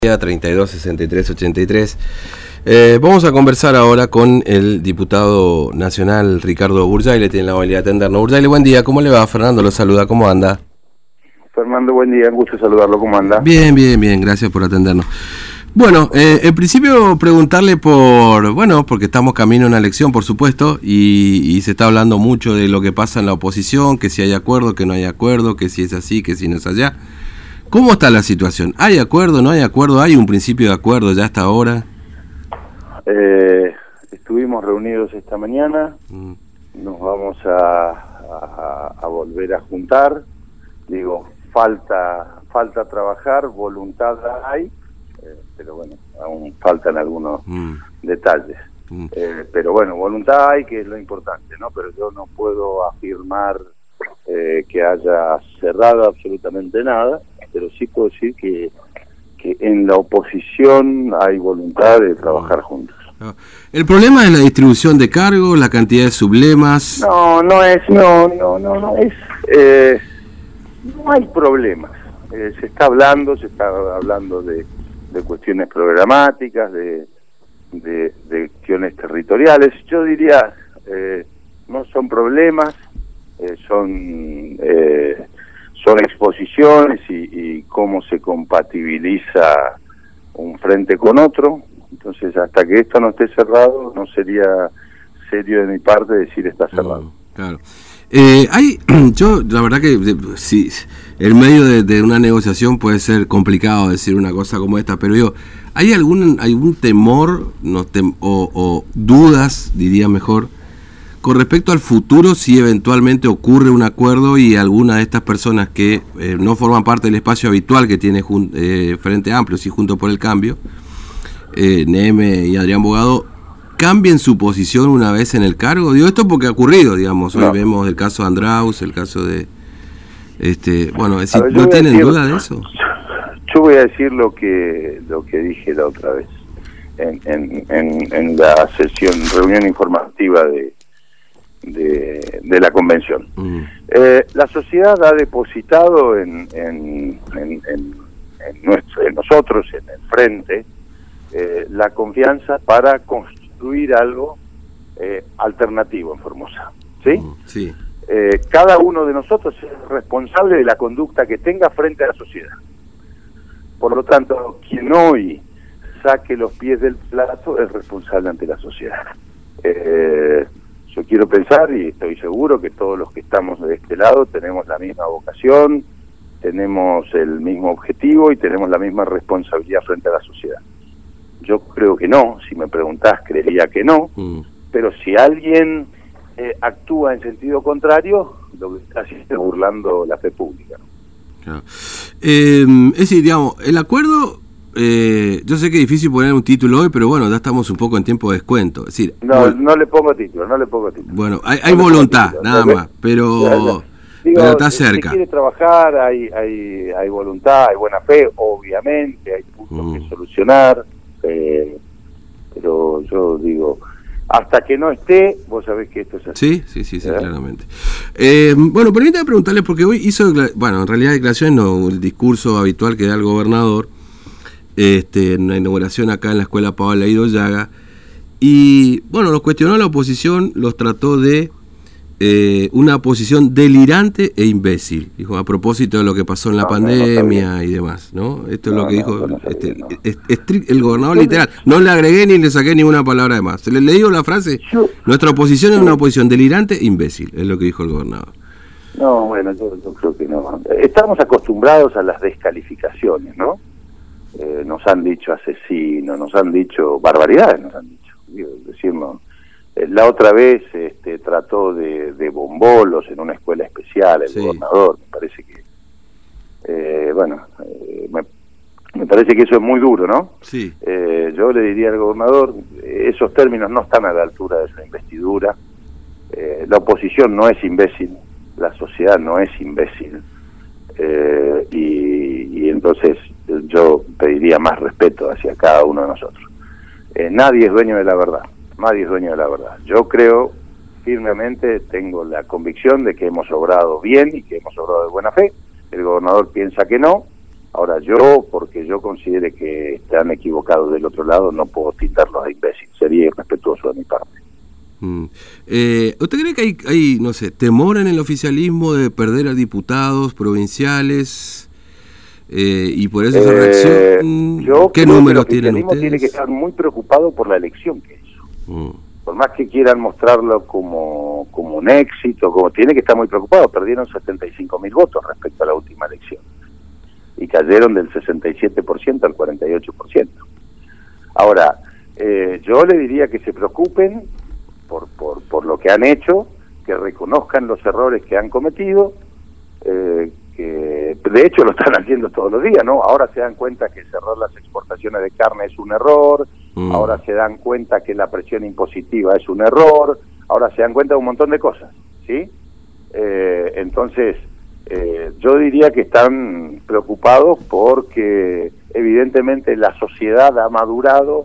326383. Vamos a conversar ahora con el diputado nacional Ricardo Burjaile, tiene la amabilidad de atendernos. Burjaile, buen día, ¿cómo le va? Fernando lo saluda, ¿cómo anda? Fernando, buen día, un gusto saludarlo, ¿cómo anda? Bien, gracias por atendernos. Bueno, en principio preguntarle porque estamos camino a una elección, por supuesto, y se está hablando mucho de lo que pasa en la oposición, que si hay acuerdo, que no hay acuerdo, que si es así, que si no es allá. ¿Cómo está la situación? ¿Hay acuerdo, no hay acuerdo? ¿Hay un principio de acuerdo ya hasta ahora? Estuvimos reunidos esta mañana, nos vamos a volver a juntar. Digo, falta trabajar, voluntad hay, pero bueno, aún faltan algunos detalles. Pero bueno, voluntad hay, que es lo importante, ¿no? Pero yo no puedo afirmar que haya cerrado absolutamente nada, pero sí puedo decir que en la oposición hay voluntad de trabajar juntos. ¿El problema es la distribución de cargos, la cantidad de sublemas? No hay problemas. Se está hablando de cuestiones programáticas, de cuestiones territoriales. Yo diría, no son problemas, son exposiciones y cómo se compatibiliza un frente con otro. Entonces, hasta que esto no esté cerrado, no sería serio de mi parte decir está cerrado. Claro. Yo, la verdad que si en medio de una negociación puede ser complicado decir una cosa como esta, pero ¿hay algún temor o dudas, diría mejor, con respecto al futuro si eventualmente ocurre un acuerdo y alguna de estas personas que no forman parte del espacio habitual que tiene Frente Amplio, sí, Juntos por el Cambio, Neme y Adrián Bogado, cambien su posición una vez en el cargo? Digo esto porque ha ocurrido, digamos, hoy vemos el caso de Andraus, el caso de bueno, es decir, ¿no tienen duda de eso? Yo voy a decir lo que dije la otra vez en la reunión informativa de la convención. La sociedad ha depositado en nosotros, en el frente, la confianza para construir algo alternativo en Formosa, ¿sí? Sí. Cada uno de nosotros es responsable de la conducta que tenga frente a la sociedad. Por lo tanto, quien hoy saque los pies del plato es responsable ante la sociedad. Yo quiero pensar y estoy seguro que todos los que estamos de este lado tenemos la misma vocación, tenemos el mismo objetivo y tenemos la misma responsabilidad frente a la sociedad. Yo creo que no, si me preguntás creería que no, pero si alguien actúa en sentido contrario, lo que está haciendo es burlando la fe pública, ¿no? Claro. Es decir, digamos, el acuerdo, yo sé que es difícil poner un título hoy, pero bueno, ya estamos un poco en tiempo de descuento. Es decir, no le pongo título. Bueno, hay voluntad, nada más, pero está cerca. Se quiere trabajar, hay voluntad, hay buena fe, obviamente, hay puntos que solucionar, pero yo digo, hasta que no esté, vos sabés que esto es así. Sí, claramente. Bueno, permítame preguntarles, porque hoy hizo, en realidad declaraciones no, el discurso habitual que da el gobernador, en la inauguración acá en la escuela Paola Idoyaga, y bueno, los cuestionó la oposición, los trató de una oposición delirante e imbécil, dijo, a propósito de lo que pasó en la pandemia y demás, ¿no? Esto es lo que dijo el gobernador literal, no le agregué ni le saqué ninguna palabra de más. Se le digo la frase, nuestra oposición es una oposición delirante e imbécil, es lo que dijo el gobernador. No, bueno, yo creo que no. Estamos acostumbrados a las descalificaciones, ¿no? Nos han dicho asesinos, nos han dicho barbaridades, decirnos. La otra vez trató de bombolos en una escuela especial, el gobernador, me parece que me parece que eso es muy duro, ¿no? Sí. Yo le diría al gobernador, esos términos no están a la altura de su investidura. La oposición no es imbécil, la sociedad no es imbécil, y entonces yo pediría más respeto hacia cada uno de nosotros. Nadie es dueño de la verdad. Yo creo firmemente, tengo la convicción de que hemos obrado bien y que hemos obrado de buena fe. El gobernador piensa que no, Ahora yo, porque yo considere que están equivocados del otro lado, no puedo tildarlos de imbéciles, sería irrespetuoso de mi parte. ¿Usted cree que hay, no sé, temor en el oficialismo de perder a diputados provinciales y por eso esa reacción? ¿Qué números tienen ustedes? El oficialismo tiene que estar muy preocupado por la elección que hizo. Por más que quieran mostrarlo como un éxito, tiene que estar muy preocupado. Perdieron 75.000 votos respecto a la última elección y cayeron del 67% al 48%. Ahora, yo le diría que se preocupen por lo que han hecho, que reconozcan los errores que han cometido, que de hecho lo están haciendo todos los días, ¿no? Ahora se dan cuenta que cerrar las exportaciones de carne es un error, ahora se dan cuenta que la presión impositiva es un error, ahora se dan cuenta de un montón de cosas, ¿sí? Entonces, yo diría que están preocupados porque evidentemente la sociedad ha madurado,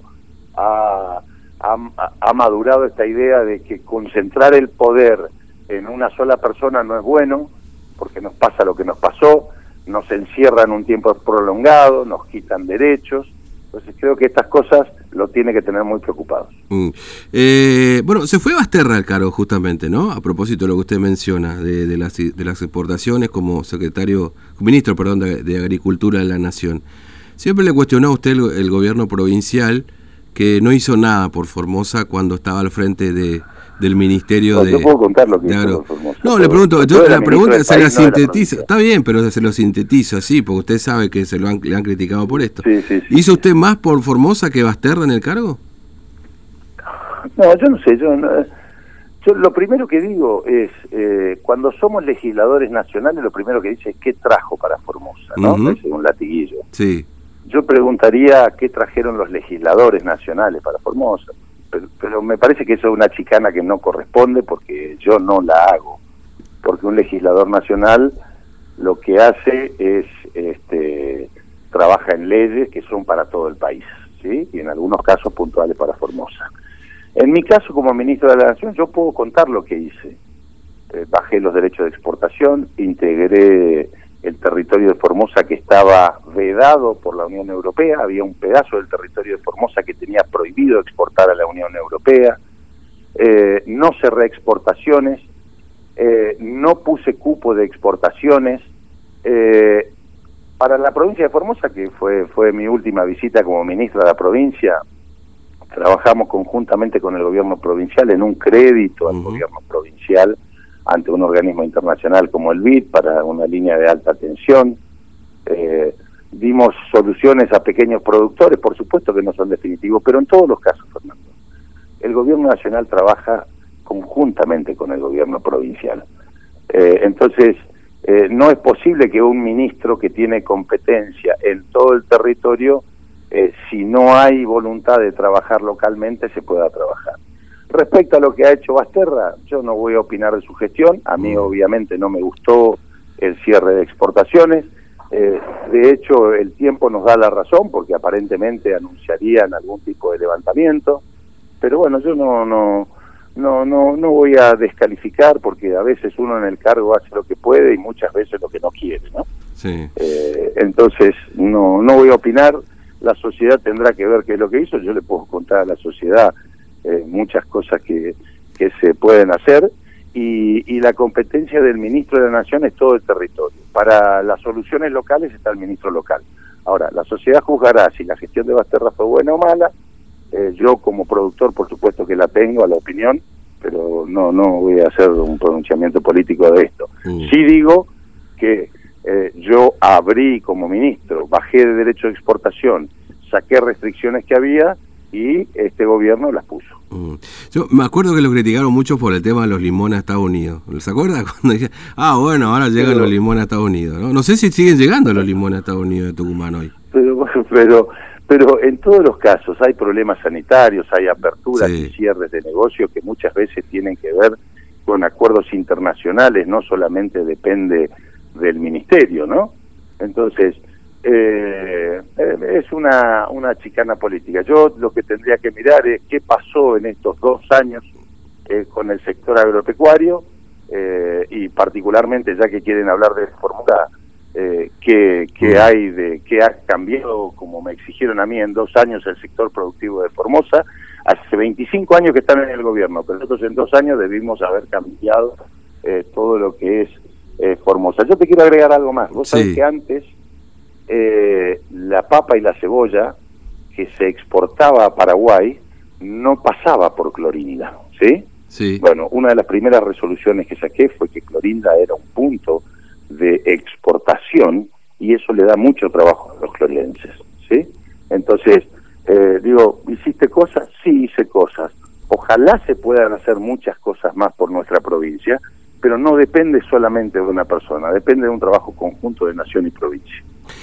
ha madurado esta idea de que concentrar el poder en una sola persona no es bueno, porque nos pasa lo que nos pasó, nos encierran un tiempo prolongado, nos quitan derechos. Entonces creo que estas cosas lo tiene que tener muy preocupados. Bueno, se fue Basterra al cargo justamente, ¿no? A propósito de lo que usted menciona, de las exportaciones como ministro de Agricultura de la Nación. Siempre le cuestionó a usted el gobierno provincial que no hizo nada por Formosa cuando estaba al frente del Ministerio de... Yo puedo contar lo que hizo por Formosa. No, le pregunto, la pregunta se la sintetiza. Está bien, pero se lo sintetizo así, porque usted sabe que le han criticado por esto. Sí. ¿Hizo usted más por Formosa que Basterra en el cargo? No, yo no sé. Yo lo primero que digo es, cuando somos legisladores nacionales, lo primero que dice es qué trajo para Formosa, ¿no? Es un latiguillo. Sí. Yo preguntaría qué trajeron los legisladores nacionales para Formosa, pero me parece que eso es una chicana que no corresponde porque yo no la hago, porque un legislador nacional lo que hace es trabaja en leyes que son para todo el país, ¿sí? Y en algunos casos puntuales para Formosa. En mi caso, como ministro de la Nación, yo puedo contar lo que hice. Bajé los derechos de exportación, integré el territorio de Formosa que estaba vedado por la Unión Europea, había un pedazo del territorio de Formosa que tenía prohibido exportar a la Unión Europea, no cerré exportaciones, no puse cupo de exportaciones. Para la provincia de Formosa, que fue mi última visita como ministro de la provincia, trabajamos conjuntamente con el gobierno provincial en un crédito al gobierno provincial ante un organismo internacional como el BID para una línea de alta tensión. Dimos soluciones a pequeños productores, por supuesto que no son definitivos, pero en todos los casos, Fernando, el gobierno nacional trabaja conjuntamente con el gobierno provincial. Entonces, no es posible que un ministro que tiene competencia en todo el territorio, si no hay voluntad de trabajar localmente, se pueda trabajar. Respecto a lo que ha hecho Basterra, yo no voy a opinar de su gestión. A mí obviamente no me gustó el cierre de exportaciones. De hecho, el tiempo nos da la razón porque aparentemente anunciarían algún tipo de levantamiento. Pero bueno, yo no voy a descalificar porque a veces uno en el cargo hace lo que puede y muchas veces lo que no quiere, ¿no? Sí. Entonces, no voy a opinar. La sociedad tendrá que ver qué es lo que hizo. Yo le puedo contar a la sociedad muchas cosas que se pueden hacer y la competencia del ministro de la Nación es todo el territorio. Para las soluciones locales está el ministro local. Ahora, la sociedad juzgará si la gestión de Basterra fue buena o mala. Yo como productor, por supuesto que la tengo a la opinión, pero no voy a hacer un pronunciamiento político de esto. Sí digo que yo abrí como ministro, bajé de derecho de exportación, saqué restricciones que había y este gobierno las puso. Yo me acuerdo que lo criticaron mucho por el tema de los limones a Estados Unidos. ¿Se acuerda? Cuando decían, bueno, ahora llegan los limones a Estados Unidos, ¿no? No sé si siguen llegando los limones a Estados Unidos de Tucumán hoy. Pero en todos los casos hay problemas sanitarios, hay aperturas y cierres de negocios que muchas veces tienen que ver con acuerdos internacionales, no solamente depende del ministerio, ¿no? Entonces, es una chicana política. Yo lo que tendría que mirar es qué pasó en estos 2 años con el sector agropecuario y particularmente, ya que quieren hablar de Formosa, que ha cambiado, como me exigieron a mí, en 2 años el sector productivo de Formosa. Hace 25 años que están en el gobierno, pero nosotros en 2 años debimos haber cambiado todo lo que es Formosa. Yo te quiero agregar algo más. Vos sabés que antes la papa y la cebolla que se exportaba a Paraguay no pasaba por Clorinda, ¿sí? Sí. Bueno, una de las primeras resoluciones que saqué fue que Clorinda era un punto de exportación y eso le da mucho trabajo a los clorinenses, ¿sí? Entonces, ¿hiciste cosas? Sí, hice cosas. Ojalá se puedan hacer muchas cosas más por nuestra provincia, pero no depende solamente de una persona, depende de un trabajo conjunto de nación y provincia.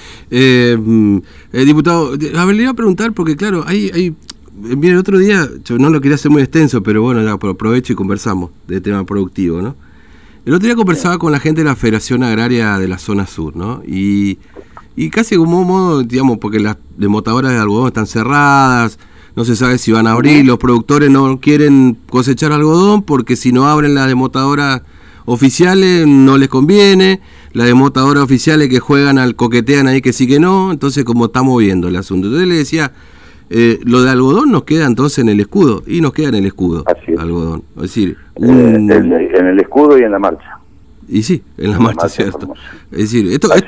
Diputado, a ver, le iba a preguntar, porque claro, mire, el otro día, yo no lo quería hacer muy extenso, pero bueno, ya aprovecho y conversamos de tema productivo, ¿no? El otro día conversaba con la gente de la Federación Agraria de la Zona Sur, ¿no? Y casi como un modo, digamos, porque las desmotadoras de algodón están cerradas, no se sabe si van a abrir, los productores no quieren cosechar algodón porque si no abren las desmotadoras oficiales no les conviene, las desmotadoras oficiales que juegan al coquetean ahí que sí que no, entonces como estamos viendo el asunto. Entonces le decía, lo de algodón nos queda entonces en el escudo, y nos queda en el escudo, algodón. Es decir, en el escudo y en la marcha. Y sí, en la marcha, cierto. Es decir, esto es.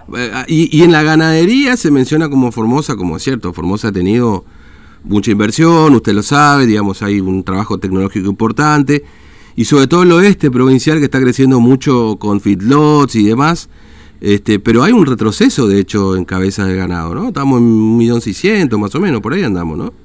Y en la ganadería se menciona como Formosa, como es cierto, Formosa ha tenido mucha inversión, usted lo sabe, digamos, hay un trabajo tecnológico importante, y sobre todo el oeste provincial que está creciendo mucho con feedlots y demás, pero hay un retroceso, de hecho, en cabezas de ganado, ¿no? Estamos en 1.600.000 más o menos, por ahí andamos, ¿no?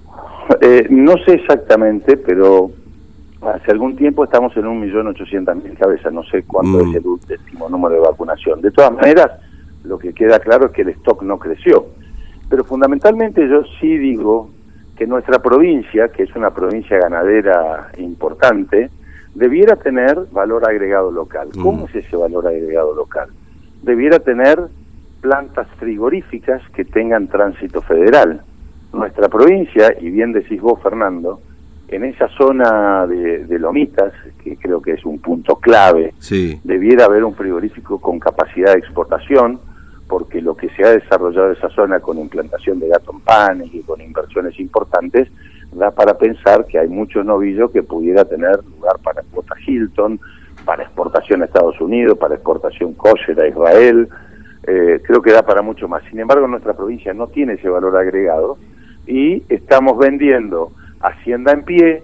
No sé exactamente, pero hace algún tiempo estamos en 1.800.000 cabezas, no sé cuánto es el último número de vacunación. De todas maneras, lo que queda claro es que el stock no creció. Pero fundamentalmente yo sí digo que nuestra provincia, que es una provincia ganadera importante, debiera tener valor agregado local. ¿Cómo es ese valor agregado local? Debiera tener plantas frigoríficas que tengan tránsito federal. Nuestra provincia, y bien decís vos, Fernando, en esa zona de Lomitas, que creo que es un punto clave, debiera haber un frigorífico con capacidad de exportación, porque lo que se ha desarrollado en esa zona con implantación de gato en panes y con inversiones importantes, da para pensar que hay muchos novillos que pudiera tener lugar para cuota Hilton, para exportación a Estados Unidos, para exportación kosher a Israel. Creo que da para mucho más. Sin embargo, nuestra provincia no tiene ese valor agregado y estamos vendiendo hacienda en pie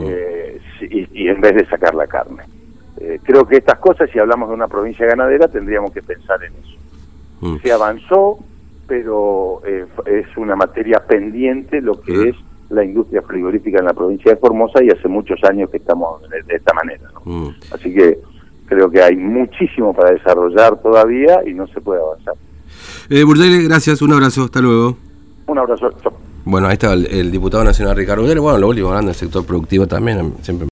y en vez de sacar la carne. Creo que estas cosas, si hablamos de una provincia ganadera, tendríamos que pensar en eso. Se avanzó, pero es una materia pendiente lo que es la industria frigorífica en la provincia de Formosa, y hace muchos años que estamos de esta manera, ¿no? Así que creo que hay muchísimo para desarrollar todavía y no se puede avanzar. Burdaile, gracias, un abrazo, hasta luego. Un abrazo. Bueno, ahí está el diputado nacional Ricardo Burdaile. Bueno, lo último, hablando del sector productivo también, siempre